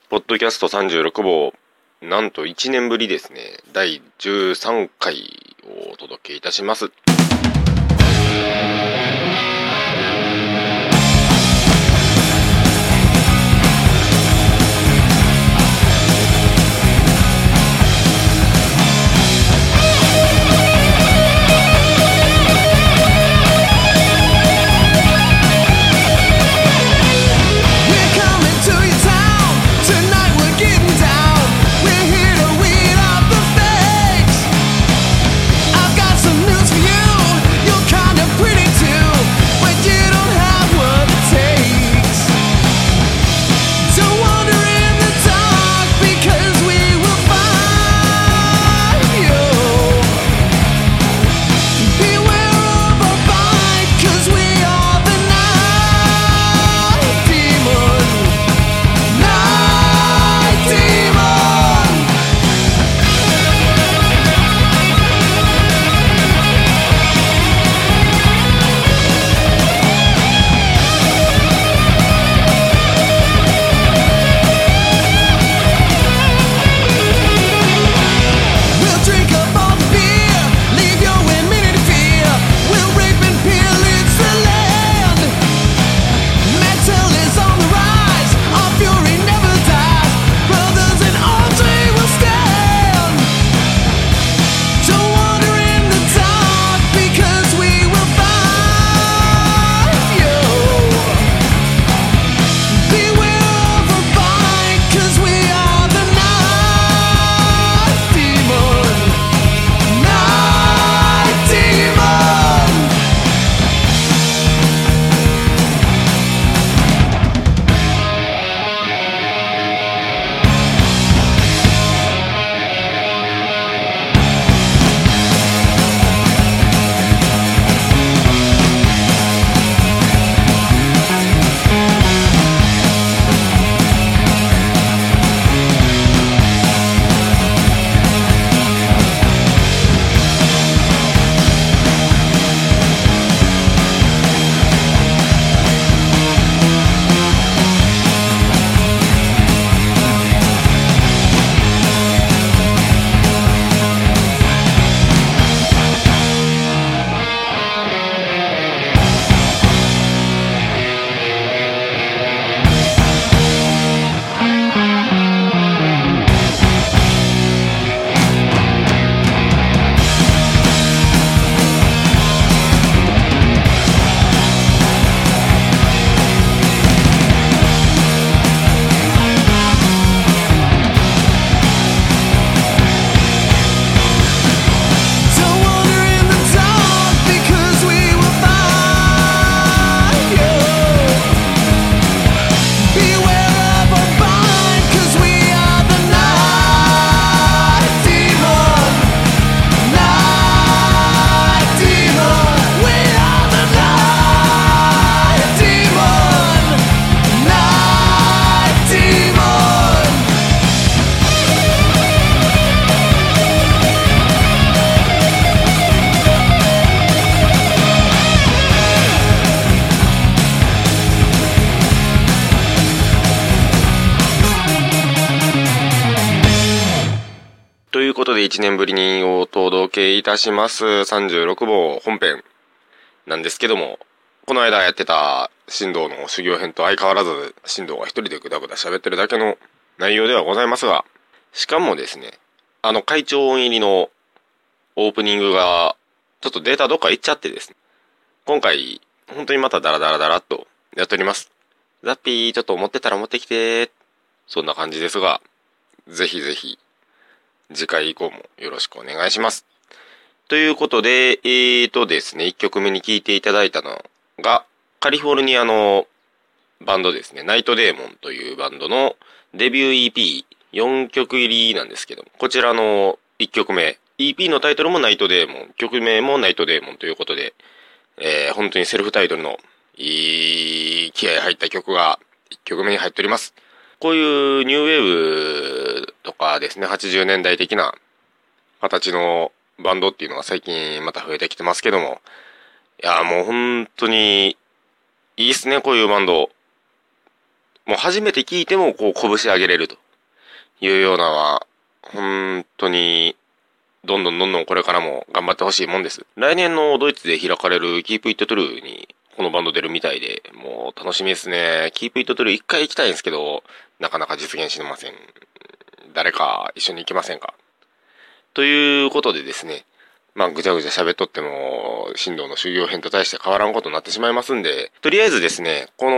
ポッドキャスト36号、なんと1年ぶりですね、第13回をお届けいたします。ということで1年ぶりにお届けいたします36号本編なんですけども、この間やってた神道の修行編と相変わらず神道が一人でぐだぐだ喋ってるだけの内容ではございますが、しかもですね、会長音入りのオープニングがちょっとデータどっか行っちゃってですね、今回本当にまたダラダラダラっとやっております。ザッピーちょっと持ってたら持ってきて、そんな感じですが、ぜひぜひ次回以降もよろしくお願いします。ということで、ですね、1曲目に聴いていただいたのが、カリフォルニアのバンドですね、ナイトデーモンというバンドのデビュー EP4 曲入りなんですけども、こちらの1曲目、EP のタイトルもナイトデーモン、曲名もナイトデーモンということで、本当にセルフタイトルのいい気合入った曲が1曲目に入っております。こういうニューウェーブとかですね、80年代的な形のバンドっていうのが最近また増えてきてますけども、いやもう本当にいいっすね、こういうバンド。 もう初めて聞いてもこう拳上げれるというようなは、本当にどんどんこれからも頑張ってほしいもんです。来年のドイツで開かれる Keep It True にこのバンド出るみたいで、もう楽しみですね。Keep It True 一回行きたいんですけど、なかなか実現しません。誰か一緒に行きませんか？ということでですね、まあぐちゃぐちゃ喋っとっても、神道の修行編と対して変わらんことになってしまいますんで、とりあえずですね、この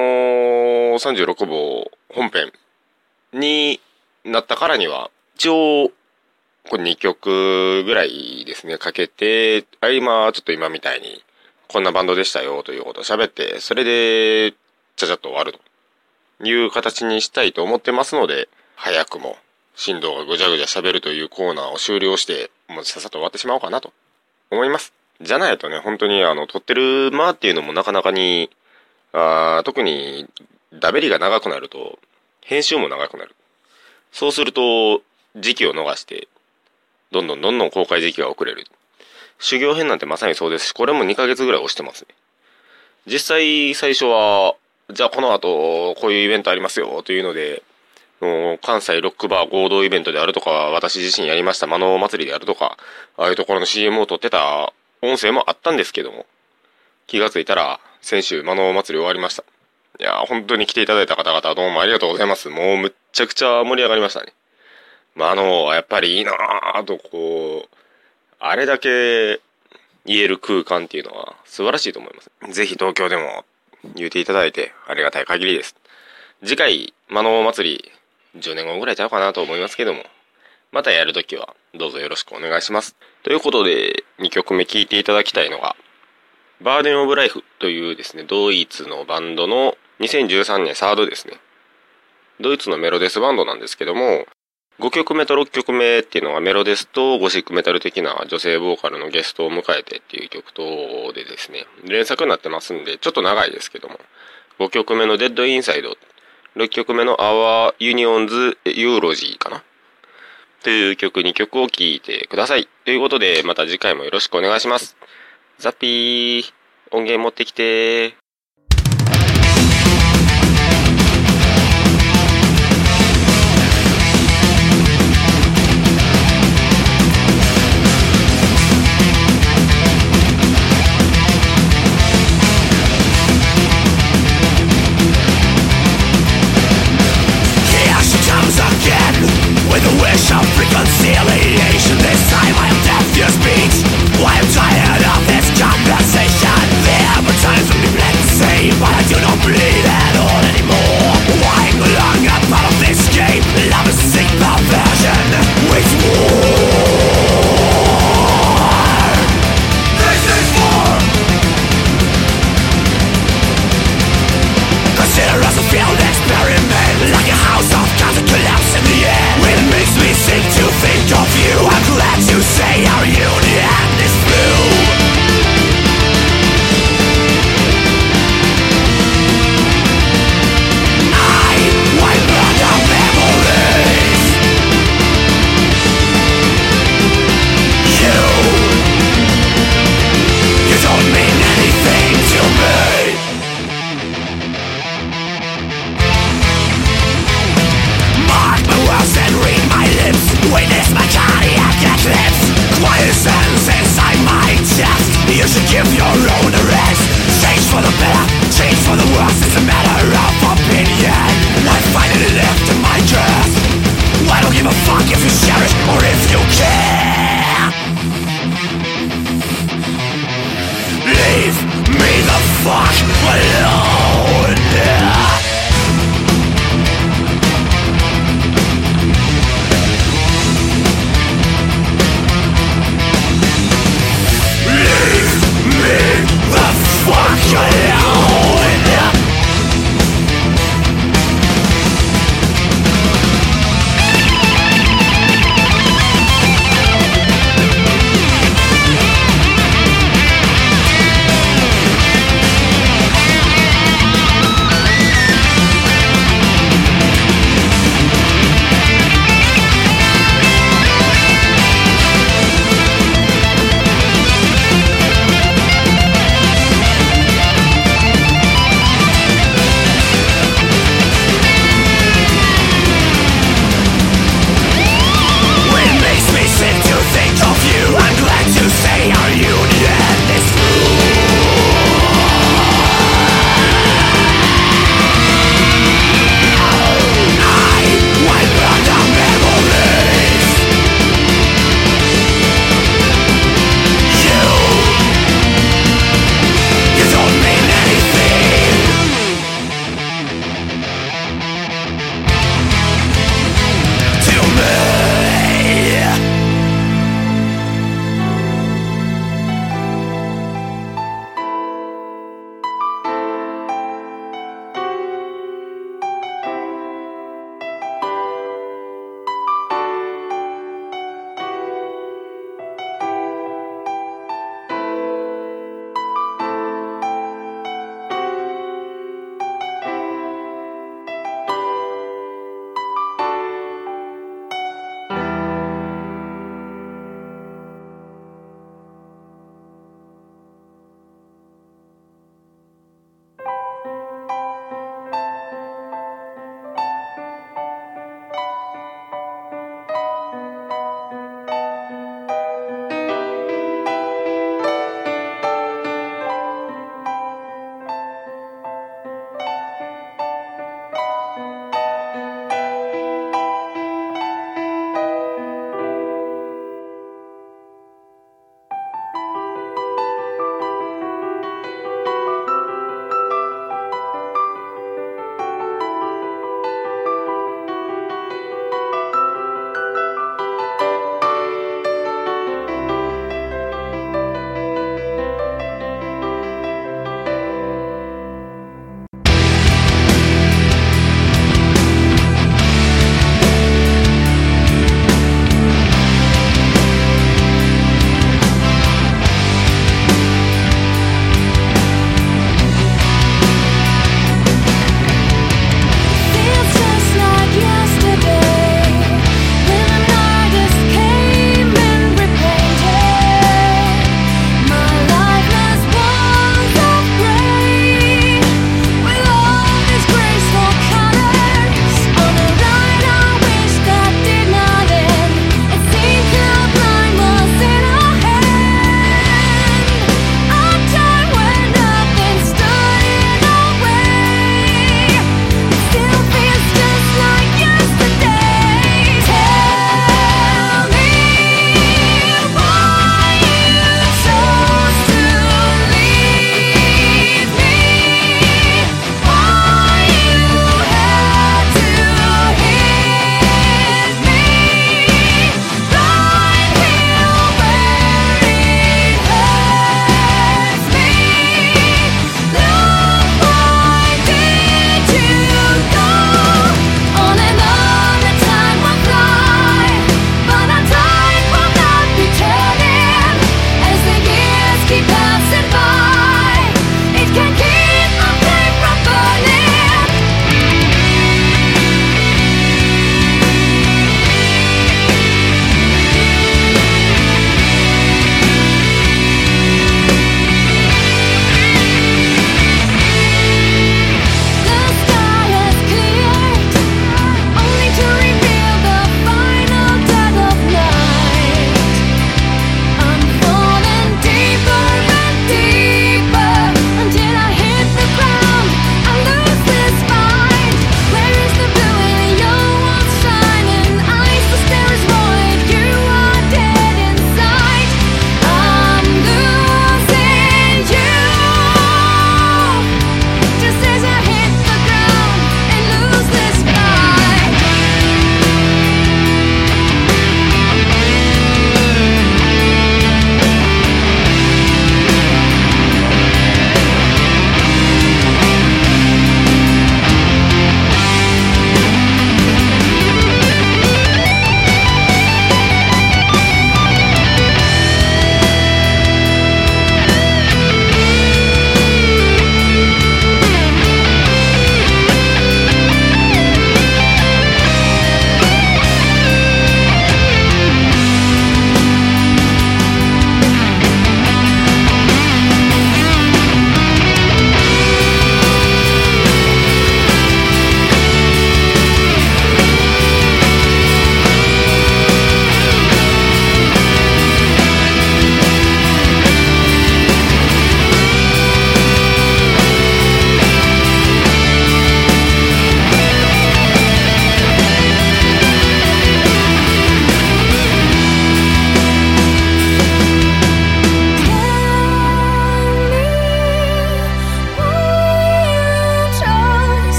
36号本編になったからには、一応、これ2曲ぐらいですね、かけて、今みたいに、こんなバンドでしたよということを喋って、それで、ちゃちゃっと終わるという形にしたいと思ってますので、早くも、神道がぐちゃぐちゃ喋るというコーナーを終了して、もうさっさと終わってしまおうかなと思います。じゃないとね、本当に撮ってる間っていうのもなかなかに、特に、ダベリが長くなると、編集も長くなる。そうすると、時期を逃して、どんどん公開時期が遅れる。修行編なんてまさにそうですし、これも2ヶ月ぐらい押してますね。実際最初は、じゃあこの後こういうイベントありますよというので、関西ロックバー合同イベントであるとか、私自身やりましたマノ祭りであるとか、ああいうところの CM を撮ってた音声もあったんですけども、気がついたら先週マノ祭り終わりました。いやー、本当に来ていただいた方々どうもありがとうございます。もうむっちゃくちゃ盛り上がりましたね。やっぱりいいなぁとこう、あれだけ言える空間っていうのは素晴らしいと思います。ぜひ東京でも言っていただいてありがたい限りです。次回、マノ祭り10年後ぐらいちゃうかなと思いますけども、またやるときはどうぞよろしくお願いします。ということで、2曲目聴いていただきたいのが、バーデンオブライフというですね、ドイツのバンドの2013年サードですね。ドイツのメロデスバンドなんですけども、5曲目と6曲目っていうのはメロデスとゴシックメタル的な女性ボーカルのゲストを迎えてっていう曲とでですね、連作になってますんで、ちょっと長いですけども、5曲目のデッドインサイド、6曲目の Our Union's Eulogy かなという曲2曲を聴いてください。ということで、また次回もよろしくお願いします。ザッピー、音源持ってきて。 With a wish of reconciliation, this time I am deaf to your speech. I am tired of this conversation. There are times when we plan to say, but I do not believe at all anymore. I'm no longer part of this game. Love is a sick perversion. It's war. This is war. Consider us a failed experiment, like a house of cards that collapse in the end. It makes me sick to think of you. I'm glad to say our union is through. I wipe out our memories. You don't mean anything to me. Mark my words and read my lips. Witness my cardiac eclipse. Quiescence inside my chest. You should give your own a rest. Change for the better, change for the worse. It's a matter of opinion. I finally left in my grasp. I don't give a fuck if you share it or if you care. Leave me the fuck alone.